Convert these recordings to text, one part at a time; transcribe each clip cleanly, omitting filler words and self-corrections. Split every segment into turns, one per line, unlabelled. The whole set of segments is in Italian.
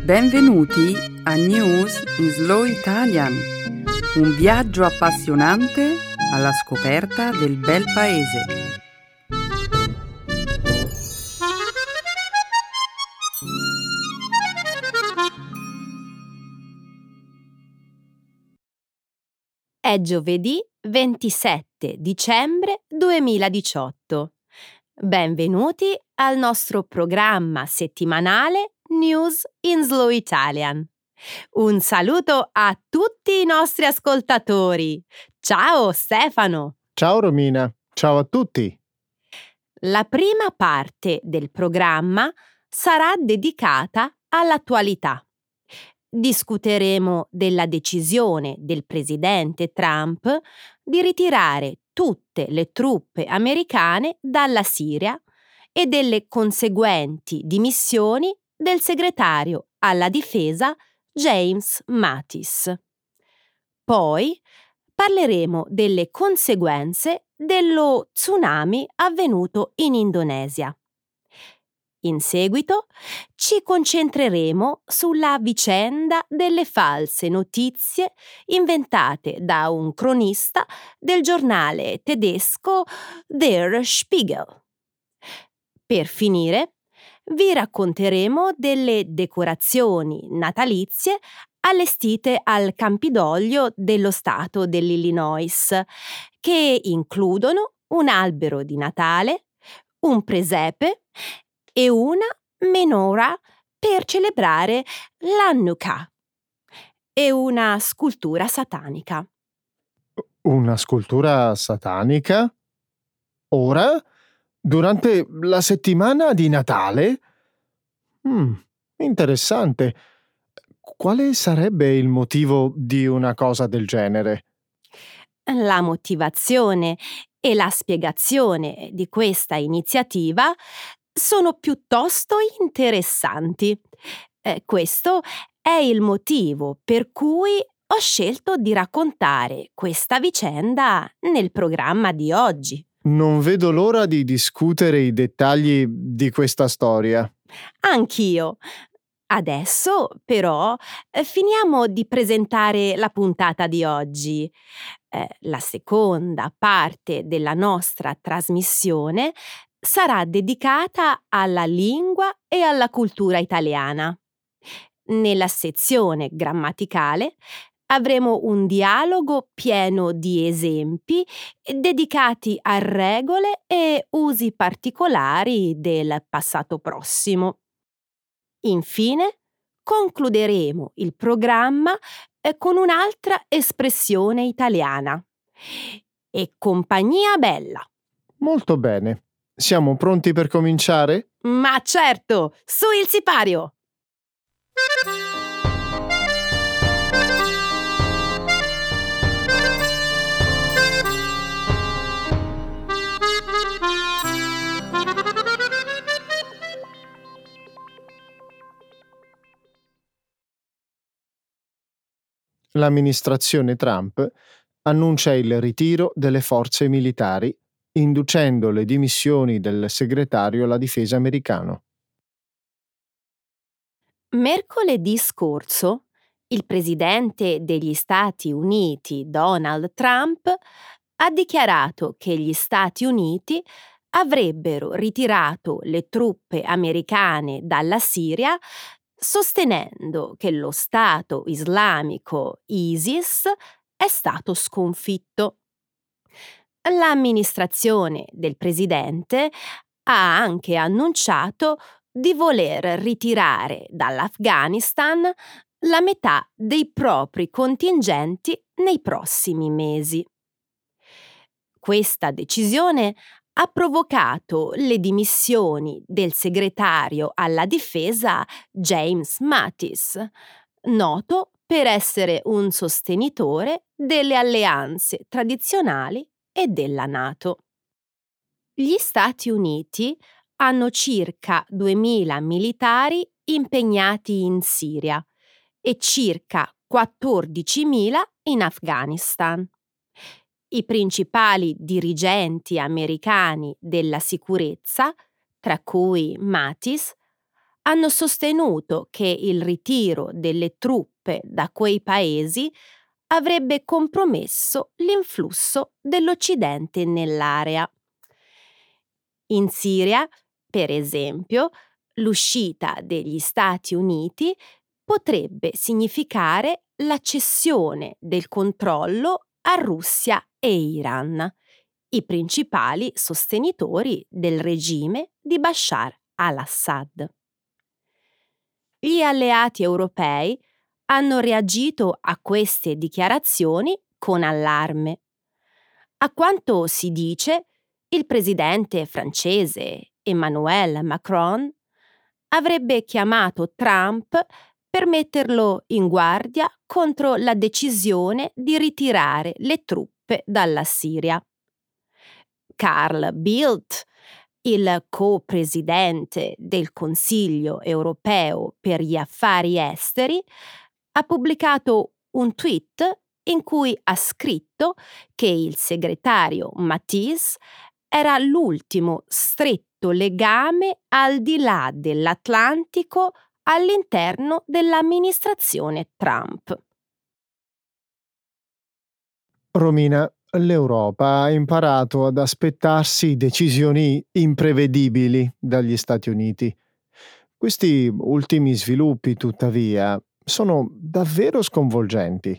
Benvenuti a News in Slow Italian, un viaggio appassionante alla scoperta del bel paese.
È giovedì 27 dicembre 2018. Benvenuti al nostro programma settimanale News in Slow Italian. Un saluto a tutti i nostri ascoltatori. Ciao Stefano!
Ciao Romina, ciao a tutti!
La prima parte del programma sarà dedicata all'attualità. Discuteremo della decisione del presidente Trump di ritirare tutte le truppe americane dalla Siria e delle conseguenti dimissioni del segretario alla difesa James Mattis. Poi parleremo delle conseguenze dello tsunami avvenuto in Indonesia. In seguito ci concentreremo sulla vicenda delle false notizie inventate da un cronista del giornale tedesco Der Spiegel. Per finire, vi racconteremo delle decorazioni natalizie allestite al Campidoglio dello stato dell'Illinois, che includono un albero di Natale, un presepe e una menorah per celebrare l'Hanukkah e una scultura satanica.
Una scultura satanica? Ora? Durante la settimana di Natale? Interessante. Quale sarebbe il motivo di una cosa del genere?
La motivazione e la spiegazione di questa iniziativa sono piuttosto interessanti. Questo è il motivo per cui ho scelto di raccontare questa vicenda nel programma di oggi.
Non vedo l'ora di discutere i dettagli di questa storia.
Anch'io. Adesso, però, finiamo di presentare la puntata di oggi. La seconda parte della nostra trasmissione sarà dedicata alla lingua e alla cultura italiana. Nella sezione grammaticale avremo un dialogo pieno di esempi dedicati a regole e usi particolari del passato prossimo. Infine, concluderemo il programma con un'altra espressione italiana. E compagnia bella!
Molto bene. Siamo pronti per cominciare?
Ma certo! Su il sipario!
L'amministrazione Trump annuncia il ritiro delle forze militari, inducendo le dimissioni del segretario alla difesa americano.
Mercoledì scorso, il presidente degli Stati Uniti, Donald Trump, ha dichiarato che gli Stati Uniti avrebbero ritirato le truppe americane dalla Siria, sostenendo che lo Stato islamico ISIS è stato sconfitto. L'amministrazione del presidente ha anche annunciato di voler ritirare dall'Afghanistan la metà dei propri contingenti nei prossimi mesi. Questa decisione ha provocato le dimissioni del segretario alla difesa James Mattis, noto per essere un sostenitore delle alleanze tradizionali e della NATO. Gli Stati Uniti hanno circa 2.000 militari impegnati in Siria e circa 14.000 in Afghanistan. I principali dirigenti americani della sicurezza, tra cui Mattis, hanno sostenuto che il ritiro delle truppe da quei paesi avrebbe compromesso l'influsso dell'Occidente nell'area. In Siria, per esempio, l'uscita degli Stati Uniti potrebbe significare la cessione del controllo a Russia e Iran, i principali sostenitori del regime di Bashar al-Assad. Gli alleati europei hanno reagito a queste dichiarazioni con allarme. A quanto si dice, il presidente francese Emmanuel Macron avrebbe chiamato Trump per metterlo in guardia contro la decisione di ritirare le truppe dalla Siria. Carl Bildt, il co-presidente del Consiglio europeo per gli affari esteri, ha pubblicato un tweet in cui ha scritto che il segretario Mattis era l'ultimo stretto legame al di là dell'Atlantico all'interno dell'amministrazione Trump.
Romina, l'Europa ha imparato ad aspettarsi decisioni imprevedibili dagli Stati Uniti. Questi ultimi sviluppi, tuttavia, sono davvero sconvolgenti.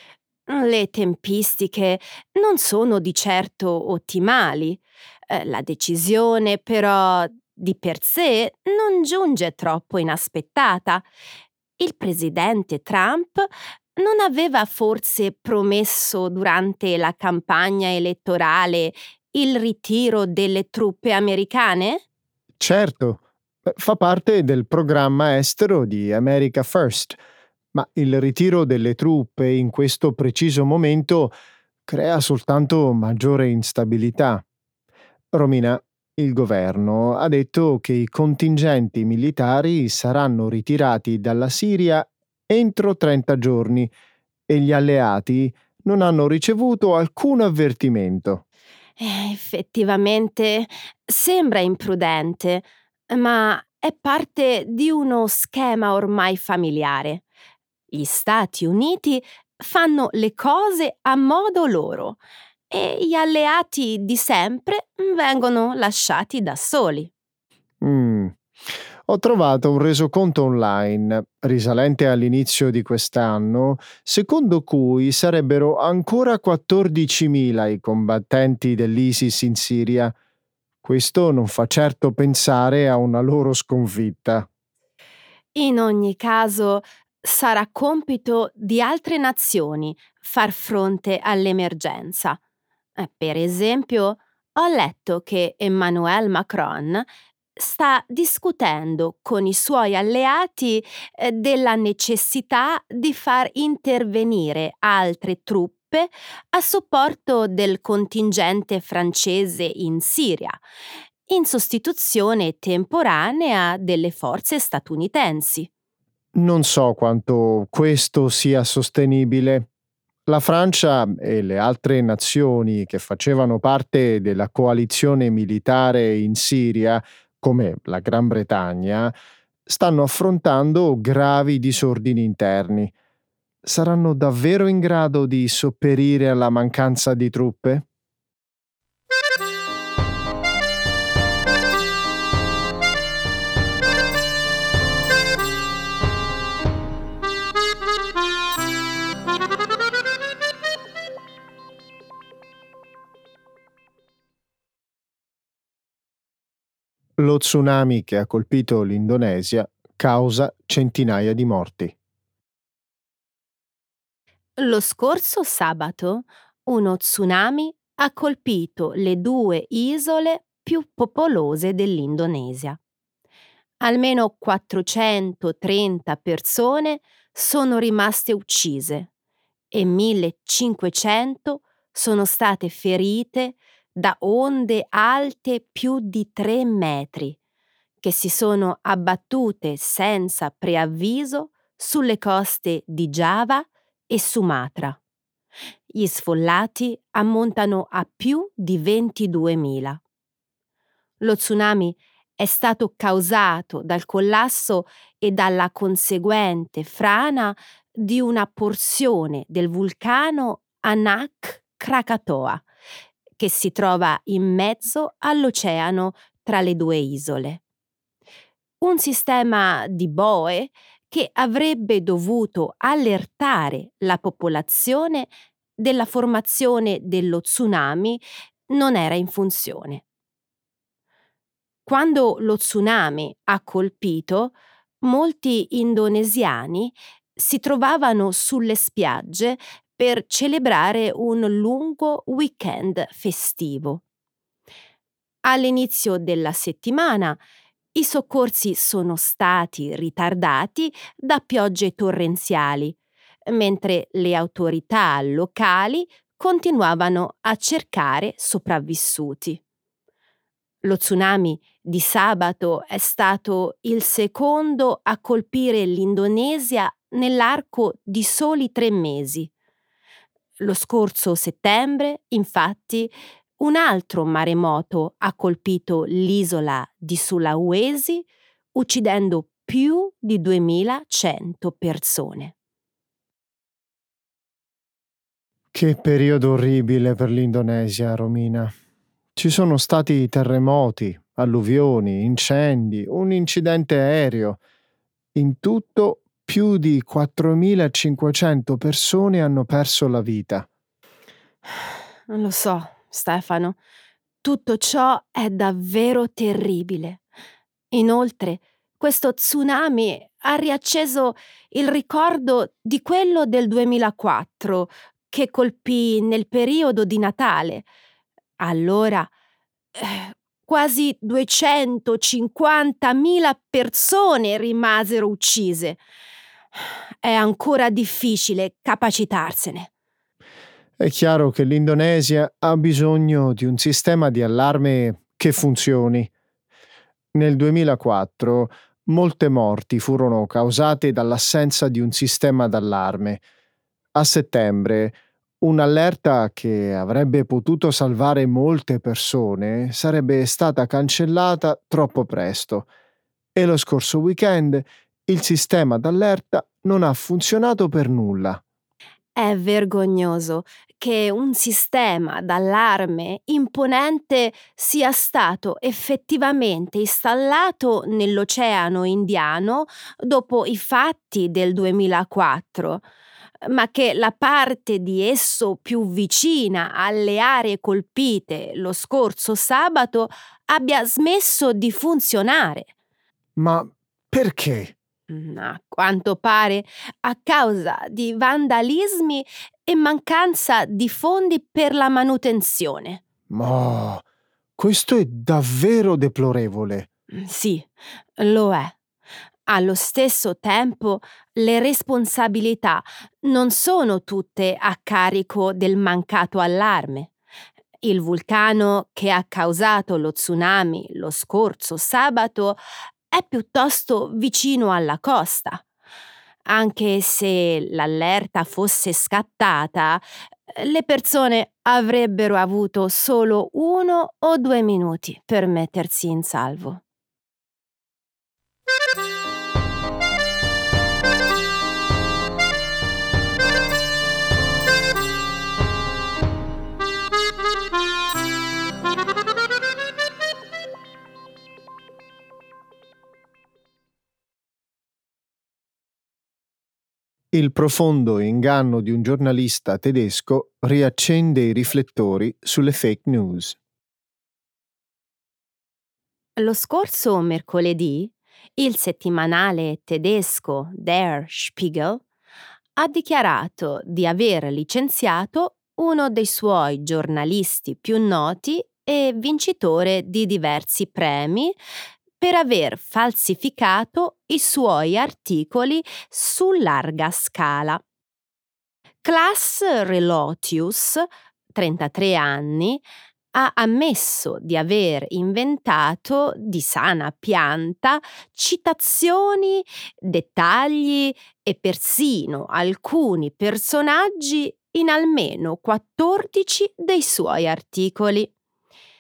Le tempistiche non sono di certo ottimali. La decisione, però, di per sé non giunge troppo inaspettata. Il presidente Trump non aveva forse promesso durante la campagna elettorale il ritiro delle truppe americane?
Certo, fa parte del programma estero di America First, ma il ritiro delle truppe in questo preciso momento crea soltanto maggiore instabilità. Romina, il governo ha detto che i contingenti militari saranno ritirati dalla Siria entro 30 giorni e gli alleati non hanno ricevuto alcun avvertimento.
Effettivamente sembra imprudente, ma è parte di uno schema ormai familiare. Gli Stati Uniti fanno le cose a modo loro e gli alleati di sempre vengono lasciati da soli.
Mm. Ho trovato un resoconto online, risalente all'inizio di quest'anno, secondo cui sarebbero ancora 14.000 i combattenti dell'ISIS in Siria. Questo non fa certo pensare a una loro sconfitta.
In ogni caso, sarà compito di altre nazioni far fronte all'emergenza. Per esempio, ho letto che Emmanuel Macron sta discutendo con i suoi alleati della necessità di far intervenire altre truppe a supporto del contingente francese in Siria, in sostituzione temporanea delle forze statunitensi.
Non so quanto questo sia sostenibile. La Francia e le altre nazioni che facevano parte della coalizione militare in Siria, come la Gran Bretagna, stanno affrontando gravi disordini interni. Saranno davvero in grado di sopperire alla mancanza di truppe? Lo tsunami che ha colpito l'Indonesia causa centinaia di morti.
Lo scorso sabato uno tsunami ha colpito le due isole più popolose dell'Indonesia. Almeno 430 persone sono rimaste uccise e 1500 sono state ferite da onde alte più di 3 metri, che si sono abbattute senza preavviso sulle coste di Giava e Sumatra. Gli sfollati ammontano a più di 22.000. Lo tsunami è stato causato dal collasso e dalla conseguente frana di una porzione del vulcano Anak Krakatoa, che si trova in mezzo all'oceano tra le due isole. Un sistema di boe che avrebbe dovuto allertare la popolazione della formazione dello tsunami non era in funzione. Quando lo tsunami ha colpito, molti indonesiani si trovavano sulle spiagge per celebrare un lungo weekend festivo. All'inizio della settimana, i soccorsi sono stati ritardati da piogge torrenziali, mentre le autorità locali continuavano a cercare sopravvissuti. Lo tsunami di sabato è stato il secondo a colpire l'Indonesia nell'arco di soli 3 mesi. Lo scorso settembre, infatti, un altro maremoto ha colpito l'isola di Sulawesi, uccidendo più di 2100 persone.
Che periodo orribile per l'Indonesia, Romina. Ci sono stati terremoti, alluvioni, incendi, un incidente aereo. In tutto più di 4.500 persone hanno perso la vita.
Non lo so, Stefano. Tutto ciò è davvero terribile. Inoltre, questo tsunami ha riacceso il ricordo di quello del 2004 che colpì nel periodo di Natale. Allora, quasi 250.000 persone rimasero uccise. È ancora difficile capacitarsene.
È chiaro che l'Indonesia ha bisogno di un sistema di allarme che funzioni. Nel 2004 molte morti furono causate dall'assenza di un sistema d'allarme. A settembre, un'allerta che avrebbe potuto salvare molte persone sarebbe stata cancellata troppo presto e lo scorso weekend il sistema d'allerta non ha funzionato per nulla.
È vergognoso che un sistema d'allarme imponente sia stato effettivamente installato nell'Oceano Indiano dopo i fatti del 2004, ma che la parte di esso più vicina alle aree colpite lo scorso sabato abbia smesso di funzionare.
Ma perché?
A quanto pare a causa di vandalismi e mancanza di fondi per la manutenzione.
Ma questo è davvero deplorevole.
Sì, lo è. Allo stesso tempo, le responsabilità non sono tutte a carico del mancato allarme. Il vulcano che ha causato lo tsunami lo scorso sabato è piuttosto vicino alla costa. Anche se l'allerta fosse scattata, le persone avrebbero avuto solo 1 o 2 minuti per mettersi in salvo.
Il profondo inganno di un giornalista tedesco riaccende i riflettori sulle fake news.
Lo scorso mercoledì, il settimanale tedesco Der Spiegel ha dichiarato di aver licenziato uno dei suoi giornalisti più noti e vincitore di diversi premi per aver falsificato i suoi articoli su larga scala. Klaas Relotius, 33 anni, ha ammesso di aver inventato di sana pianta citazioni, dettagli e persino alcuni personaggi in almeno 14 dei suoi articoli.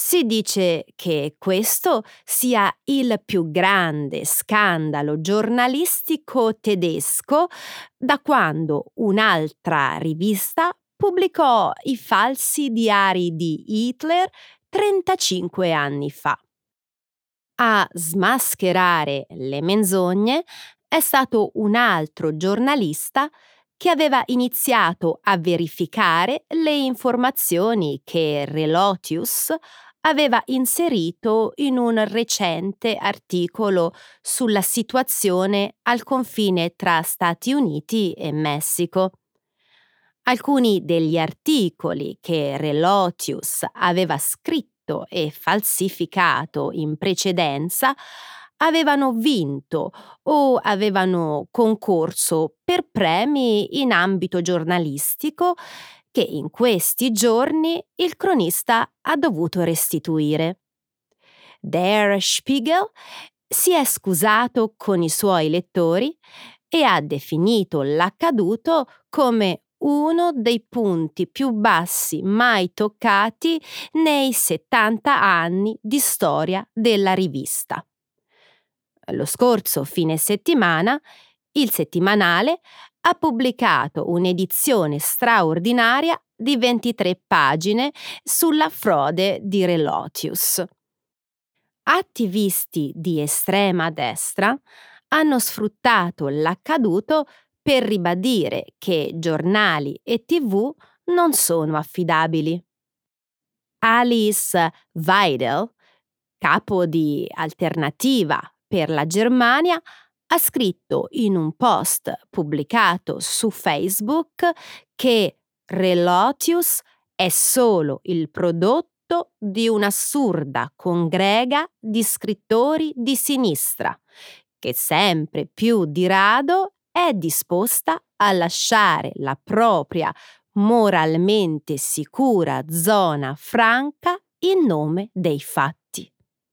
Si dice che questo sia il più grande scandalo giornalistico tedesco da quando un'altra rivista pubblicò i falsi diari di Hitler 35 anni fa. A smascherare le menzogne è stato un altro giornalista che aveva iniziato a verificare le informazioni che Relotius aveva inserito in un recente articolo sulla situazione al confine tra Stati Uniti e Messico. Alcuni degli articoli che Relotius aveva scritto e falsificato in precedenza avevano vinto o avevano concorso per premi in ambito giornalistico che in questi giorni il cronista ha dovuto restituire. Der Spiegel si è scusato con i suoi lettori e ha definito l'accaduto come uno dei punti più bassi mai toccati nei 70 anni di storia della rivista. Lo scorso fine settimana, il settimanale ha pubblicato un'edizione straordinaria di 23 pagine sulla frode di Relotius. Attivisti di estrema destra hanno sfruttato l'accaduto per ribadire che giornali e TV non sono affidabili. Alice Weidel, capo di Alternativa per la Germania, ha scritto in un post pubblicato su Facebook che Relotius è solo il prodotto di un'assurda congrega di scrittori di sinistra, che sempre più di rado è disposta a lasciare la propria moralmente sicura zona franca in nome dei fatti.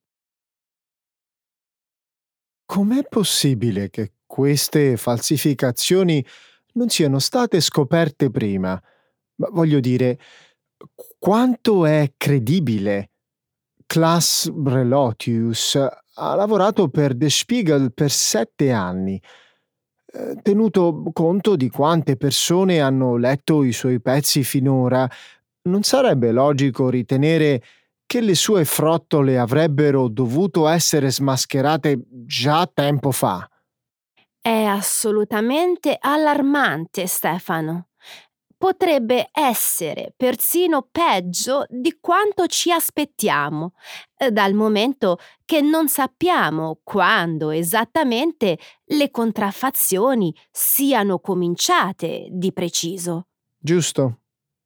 Com'è possibile che queste falsificazioni non siano state scoperte prima? Ma voglio dire, quanto è credibile? Klaas Relotius ha lavorato per Der Spiegel per 7 anni. Tenuto conto di quante persone hanno letto i suoi pezzi finora, non sarebbe logico ritenere che le sue frottole avrebbero dovuto essere smascherate già tempo fa?
È assolutamente allarmante, Stefano. Potrebbe essere persino peggio di quanto ci aspettiamo, dal momento che non sappiamo quando esattamente le contraffazioni siano cominciate di preciso.
Giusto?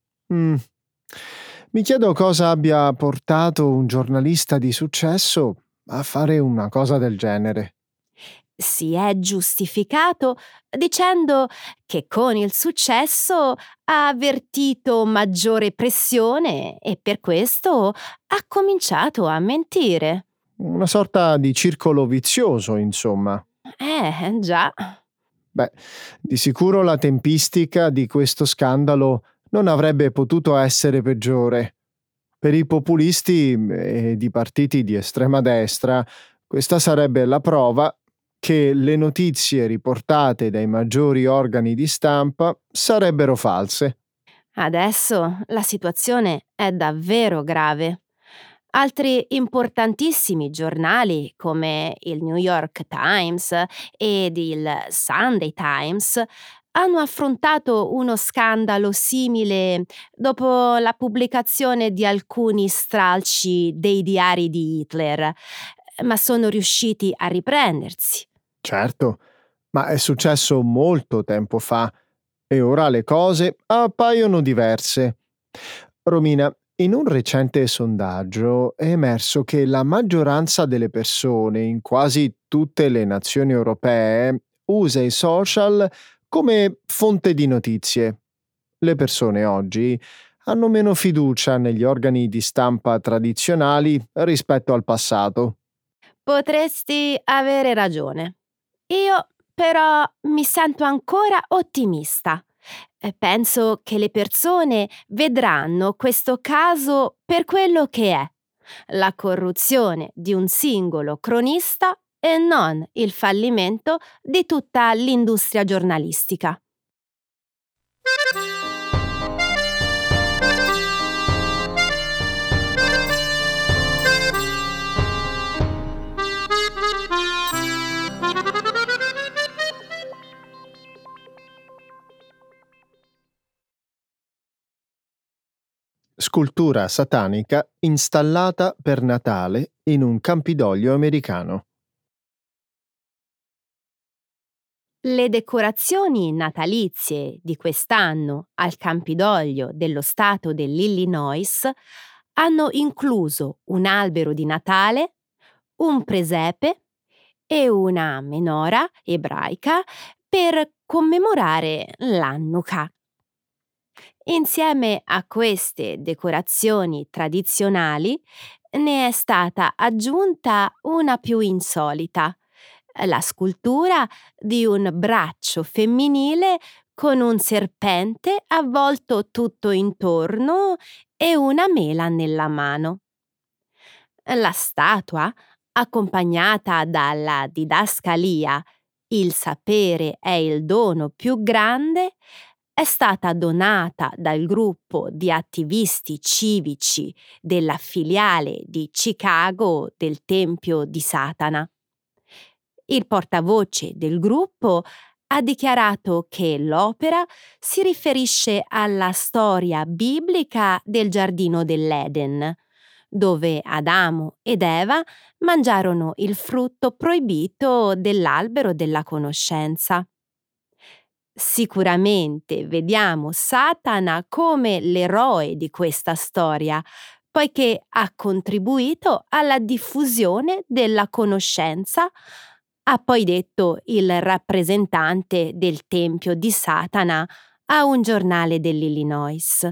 Mi chiedo cosa abbia portato un giornalista di successo a fare una cosa del genere.
Si è giustificato dicendo che con il successo ha avvertito maggiore pressione e per questo ha cominciato a mentire.
Una sorta di circolo vizioso, insomma.
Già.
Beh, di sicuro la tempistica di questo scandalo non avrebbe potuto essere peggiore. Per i populisti e di partiti di estrema destra, questa sarebbe la prova che le notizie riportate dai maggiori organi di stampa sarebbero false.
Adesso la situazione è davvero grave. Altri importantissimi giornali come il New York Times ed il Sunday Times hanno affrontato uno scandalo simile dopo la pubblicazione di alcuni stralci dei diari di Hitler, ma sono riusciti a riprendersi.
Certo, ma è successo molto tempo fa e ora le cose appaiono diverse. Romina, in un recente sondaggio è emerso che la maggioranza delle persone in quasi tutte le nazioni europee usa i social come fonte di notizie. Le persone oggi hanno meno fiducia negli organi di stampa tradizionali rispetto al passato.
Potresti avere ragione. Io però mi sento ancora ottimista. Penso che le persone vedranno questo caso per quello che è, la corruzione di un singolo cronista e non il fallimento di tutta l'industria giornalistica.
Scultura satanica installata per Natale in un Campidoglio americano.
Le decorazioni natalizie di quest'anno al Campidoglio dello stato dell'Illinois hanno incluso un albero di Natale, un presepe e una menora ebraica per commemorare l'Hanukah. Insieme a queste decorazioni tradizionali ne è stata aggiunta una più insolita, la scultura di un braccio femminile con un serpente avvolto tutto intorno e una mela nella mano. La statua, accompagnata dalla didascalia "Il sapere è il dono più grande", è stata donata dal gruppo di attivisti civici della filiale di Chicago del Tempio di Satana. Il portavoce del gruppo ha dichiarato che l'opera si riferisce alla storia biblica del giardino dell'Eden, dove Adamo ed Eva mangiarono il frutto proibito dell'albero della conoscenza. Sicuramente vediamo Satana come l'eroe di questa storia, poiché ha contribuito alla diffusione della conoscenza, ha poi detto il rappresentante del Tempio di Satana a un giornale dell'Illinois.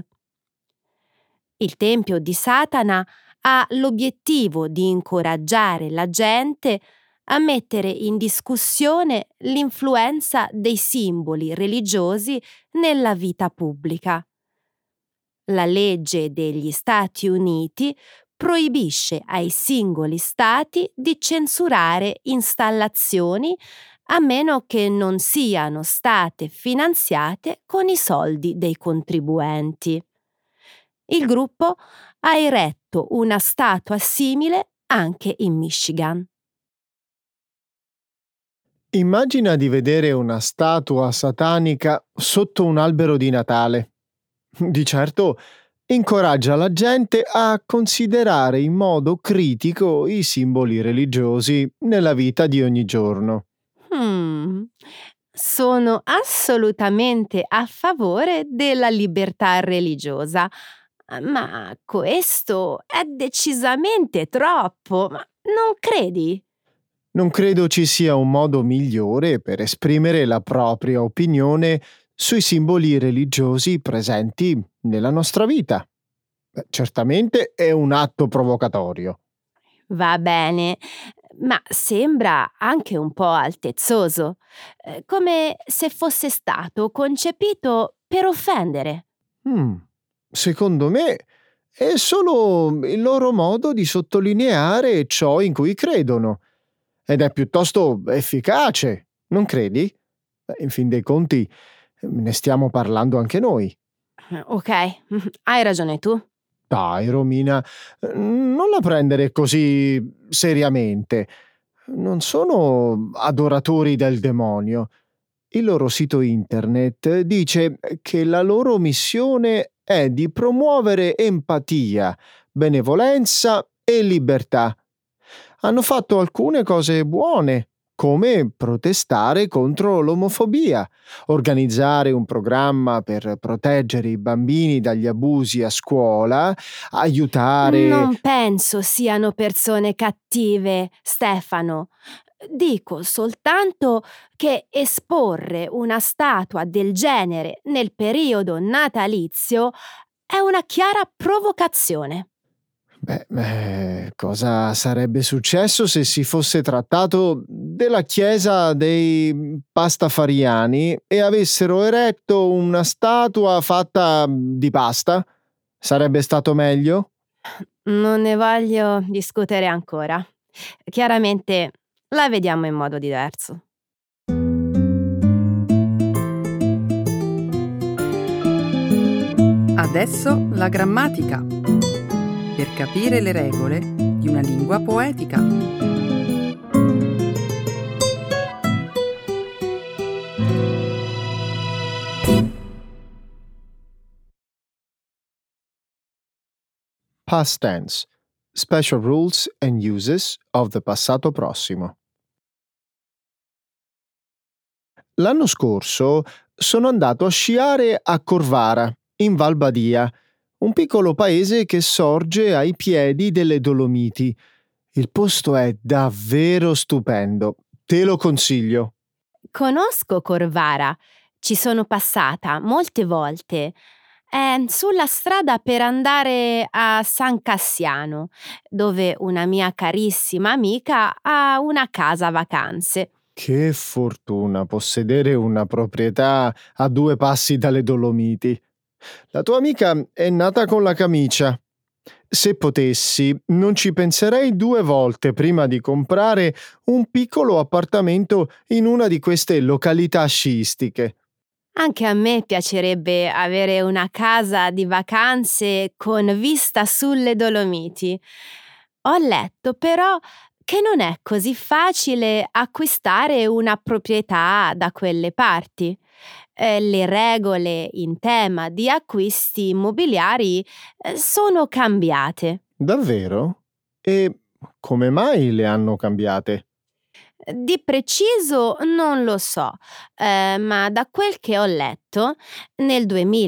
Il Tempio di Satana ha l'obiettivo di incoraggiare la gente a mettere in discussione l'influenza dei simboli religiosi nella vita pubblica. La legge degli Stati Uniti proibisce ai singoli stati di censurare installazioni a meno che non siano state finanziate con i soldi dei contribuenti. Il gruppo ha eretto una statua simile anche in Michigan.
Immagina di vedere una statua satanica sotto un albero di Natale. Di certo incoraggia la gente a considerare in modo critico i simboli religiosi nella vita di ogni giorno.
Sono assolutamente a favore della libertà religiosa, ma questo è decisamente troppo, ma non credi?
Non credo ci sia un modo migliore per esprimere la propria opinione sui simboli religiosi presenti nella nostra vita. Certamente è un atto provocatorio.
Va bene, ma sembra anche un po' altezzoso, come se fosse stato concepito per offendere.
Mm, Secondo me è solo il loro modo di sottolineare ciò in cui credono. Ed è piuttosto efficace, non credi? In fin dei conti, ne stiamo parlando anche noi.
Ok, hai ragione tu.
Dai, Romina, non la prendere così seriamente. Non sono adoratori del demonio. Il loro sito internet dice che la loro missione è di promuovere empatia, benevolenza e libertà. Hanno fatto alcune cose buone, come protestare contro l'omofobia, organizzare un programma per proteggere i bambini dagli abusi a scuola, aiutare...
Non penso siano persone cattive, Stefano. Dico soltanto che esporre una statua del genere nel periodo natalizio è una chiara provocazione.
Cosa sarebbe successo se si fosse trattato della chiesa dei pastafariani e avessero eretto una statua fatta di pasta? Sarebbe stato meglio?
Non ne voglio discutere ancora. Chiaramente la vediamo in modo diverso.
Adesso la grammatica, per capire le regole di una lingua poetica.
Past tense. Special rules and uses of the passato prossimo. L'anno scorso sono andato a sciare a Corvara, in Val Badia, un piccolo paese che sorge ai piedi delle Dolomiti. Il posto è davvero stupendo, te lo consiglio.
Conosco Corvara, ci sono passata molte volte. È sulla strada per andare a San Cassiano, dove una mia carissima amica ha una casa vacanze.
Che fortuna possedere una proprietà a 2 passi dalle Dolomiti. La tua amica è nata con la camicia. Se potessi, non ci penserei 2 volte prima di comprare un piccolo appartamento in una di queste località sciistiche.
Anche a me piacerebbe avere una casa di vacanze con vista sulle Dolomiti. Ho letto però che non è così facile acquistare una proprietà da quelle parti. Le regole in tema di acquisti immobiliari sono cambiate.
Davvero? E come mai le hanno cambiate?
Di preciso non lo so, ma da quel che ho letto, nel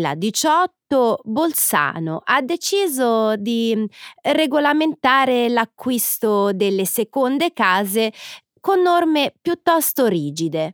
2018 Bolzano ha deciso di regolamentare l'acquisto delle seconde case con norme piuttosto rigide.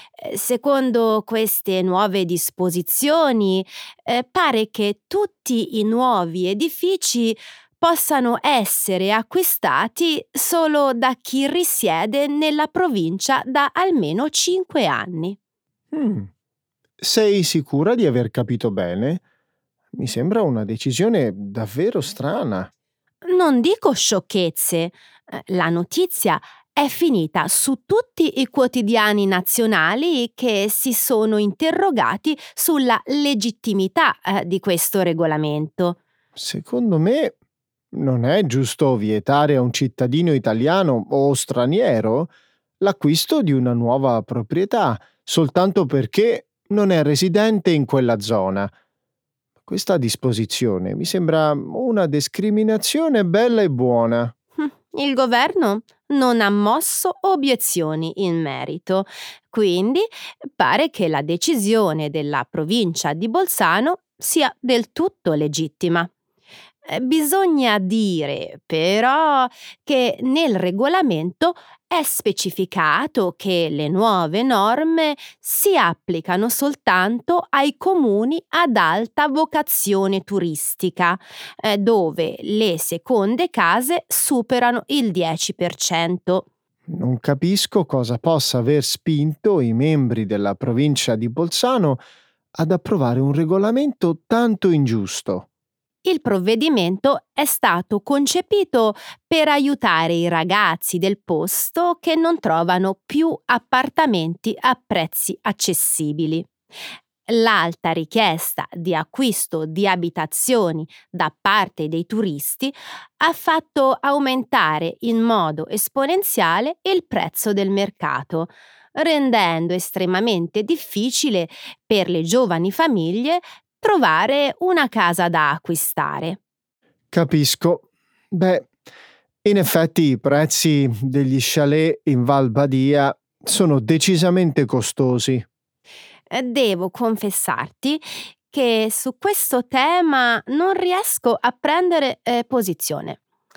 Secondo queste nuove disposizioni, pare che tutti i nuovi edifici possano essere acquistati solo da chi risiede nella provincia da almeno 5 anni.
Mm. Sei sicura di aver capito bene? Mi sembra una decisione davvero strana.
Non dico sciocchezze, la notizia è finita su tutti i quotidiani nazionali che si sono interrogati sulla legittimità di questo regolamento.
Secondo me non è giusto vietare a un cittadino italiano o straniero l'acquisto di una nuova proprietà soltanto perché non è residente in quella zona. Questa disposizione mi sembra una discriminazione bella e buona.
Il governo non ha mosso obiezioni in merito, quindi pare che la decisione della provincia di Bolzano sia del tutto legittima. Bisogna dire però che nel regolamento è specificato che le nuove norme si applicano soltanto ai comuni ad alta vocazione turistica, dove le seconde case superano il 10%.
Non capisco cosa possa aver spinto i membri della provincia di Bolzano ad approvare un regolamento tanto ingiusto.
Il provvedimento è stato concepito per aiutare i ragazzi del posto che non trovano più appartamenti a prezzi accessibili. L'alta richiesta di acquisto di abitazioni da parte dei turisti ha fatto aumentare in modo esponenziale il prezzo del mercato, rendendo estremamente difficile per le giovani famiglie trovare una casa da acquistare.
Capisco. Beh, in effetti i prezzi degli chalet in Val Badia sono decisamente costosi.
Devo confessarti che su questo tema non riesco a prendere posizione.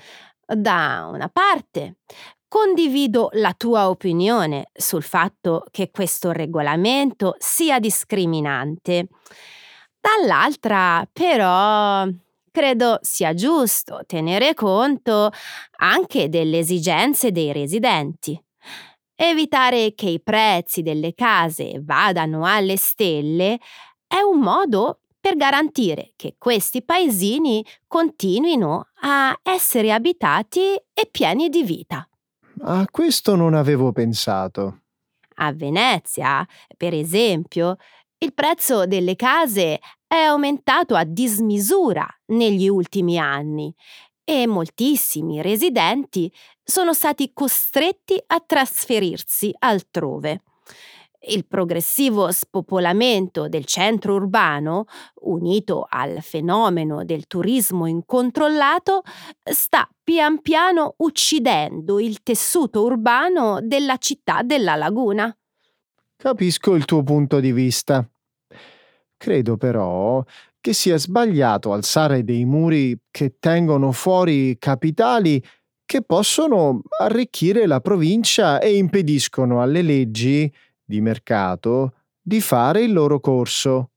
Da una parte, condivido la tua opinione sul fatto che questo regolamento sia discriminante. Dall'altra, però, credo sia giusto tenere conto anche delle esigenze dei residenti. Evitare che i prezzi delle case vadano alle stelle è un modo per garantire che questi paesini continuino a essere abitati e pieni di vita.
A questo non avevo pensato.
A Venezia, per esempio, il prezzo delle case è aumentato a dismisura negli ultimi anni e moltissimi residenti sono stati costretti a trasferirsi altrove. Il progressivo spopolamento del centro urbano, unito al fenomeno del turismo incontrollato, sta pian piano uccidendo il tessuto urbano della città della Laguna.
Capisco il tuo punto di vista. Credo però che sia sbagliato alzare dei muri che tengono fuori capitali che possono arricchire la provincia e impediscono alle leggi di mercato di fare il loro corso.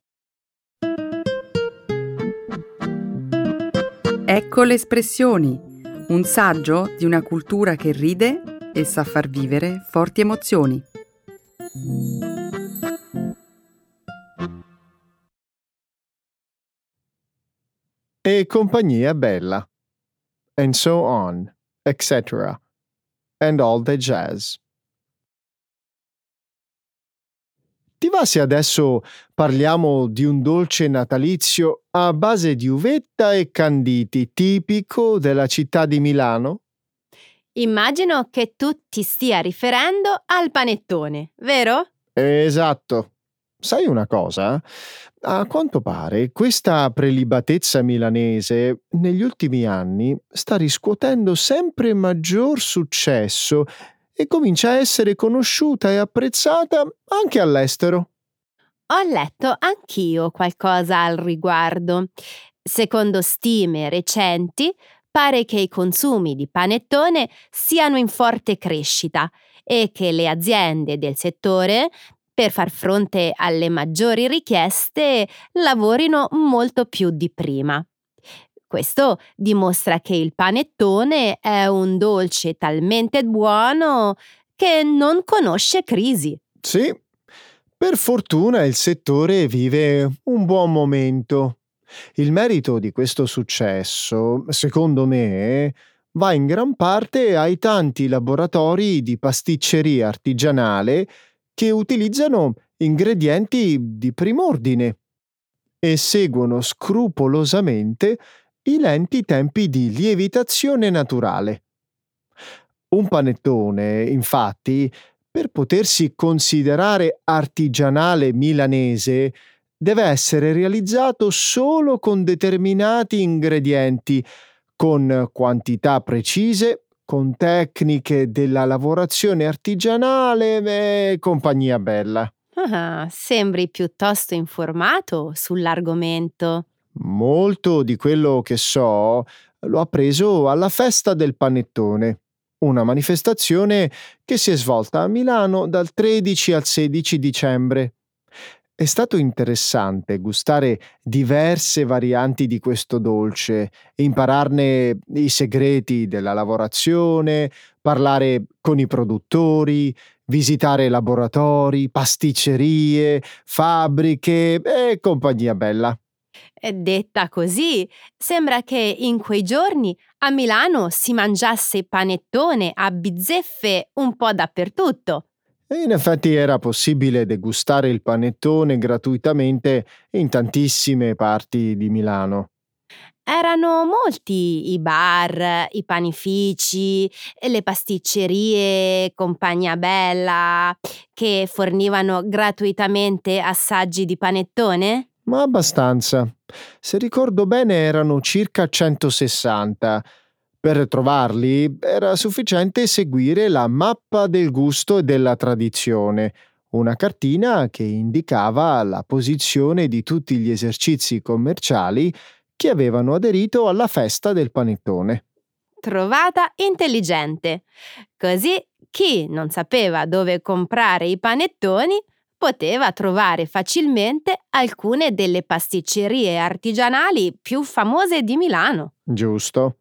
Ecco le espressioni, un saggio di una cultura che ride e sa far vivere forti emozioni.
E compagnia bella. And so on, etc. And all the jazz. Ti va se adesso parliamo di un dolce natalizio a base di uvetta e canditi, tipico della città di Milano?
Immagino che tu ti stia riferendo al panettone, vero?
Esatto. Sai una cosa? A quanto pare questa prelibatezza milanese negli ultimi anni sta riscuotendo sempre maggior successo e comincia a essere conosciuta e apprezzata anche all'estero.
Ho letto anch'io qualcosa al riguardo. Secondo stime recenti, pare che i consumi di panettone siano in forte crescita e che le aziende del settore, per far fronte alle maggiori richieste, lavorino molto più di prima. Questo dimostra che il panettone è un dolce talmente buono che non conosce crisi.
Sì, per fortuna il settore vive un buon momento. Il merito di questo successo, secondo me, va in gran parte ai tanti laboratori di pasticceria artigianale che utilizzano ingredienti di prim'ordine e seguono scrupolosamente i lenti tempi di lievitazione naturale. Un panettone, infatti, per potersi considerare artigianale milanese, deve essere realizzato solo con determinati ingredienti, con quantità precise, con tecniche della lavorazione artigianale e compagnia bella.
Ah, sembri piuttosto informato sull'argomento.
Molto di quello che so l'ho appreso alla Festa del Panettone, una manifestazione che si è svolta a Milano dal 13 al 16 dicembre. È stato interessante gustare diverse varianti di questo dolce, impararne i segreti della lavorazione, parlare con i produttori, visitare laboratori, pasticcerie, fabbriche e compagnia bella.
E detta così, sembra che in quei giorni a Milano si mangiasse panettone a bizzeffe un po' dappertutto.
E in effetti era possibile degustare il panettone gratuitamente in tantissime parti di Milano.
Erano molti i bar, i panifici, e le pasticcerie Compagnia Bella che fornivano gratuitamente assaggi di panettone?
Ma abbastanza. Se ricordo bene erano circa 160. Per trovarli era sufficiente seguire la mappa del gusto e della tradizione, una cartina che indicava la posizione di tutti gli esercizi commerciali che avevano aderito alla festa del panettone.
Trovata intelligente. Così chi non sapeva dove comprare i panettoni poteva trovare facilmente alcune delle pasticcerie artigianali più famose di Milano.
Giusto?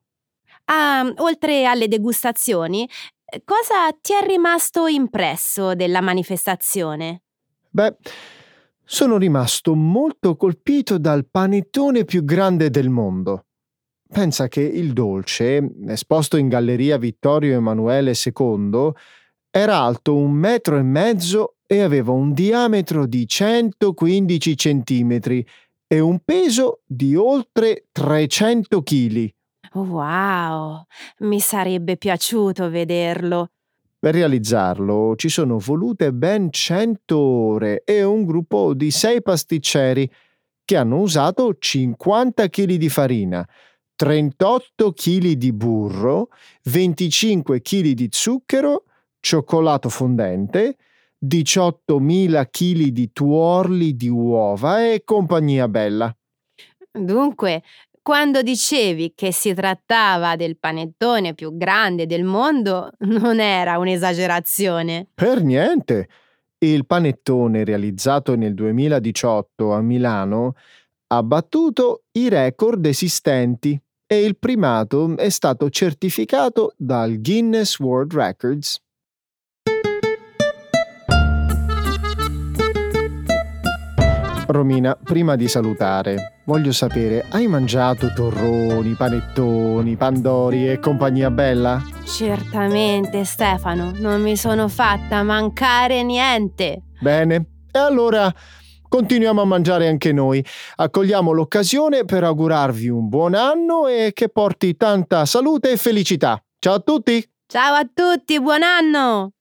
Oltre alle degustazioni, cosa ti è rimasto impresso della manifestazione?
Beh, Sono rimasto molto colpito dal panettone più grande del mondo. Pensa che il dolce, esposto in Galleria Vittorio Emanuele II, era alto 1,5 metri e aveva un diametro di 115 centimetri e un peso di oltre 300 chili.
Wow, mi sarebbe piaciuto vederlo.
Per realizzarlo ci sono volute ben 100 ore e un gruppo di 6 pasticceri che hanno usato 50 kg di farina, 38 kg di burro, 25 kg di zucchero, cioccolato fondente, 18.000 kg di tuorli di uova e compagnia bella.
Dunque, quando dicevi che si trattava del panettone più grande del mondo, non era un'esagerazione.
Per niente! Il panettone realizzato nel 2018 a Milano ha battuto i record esistenti e il primato è stato certificato dal Guinness World Records. Romina, prima di salutare, voglio sapere, hai mangiato torroni, panettoni, pandori e compagnia bella?
Certamente, Stefano, non mi sono fatta mancare niente.
Bene, e allora continuiamo a mangiare anche noi. Accogliamo l'occasione per augurarvi un buon anno e che porti tanta salute e felicità. Ciao a tutti!
Ciao a tutti, buon anno!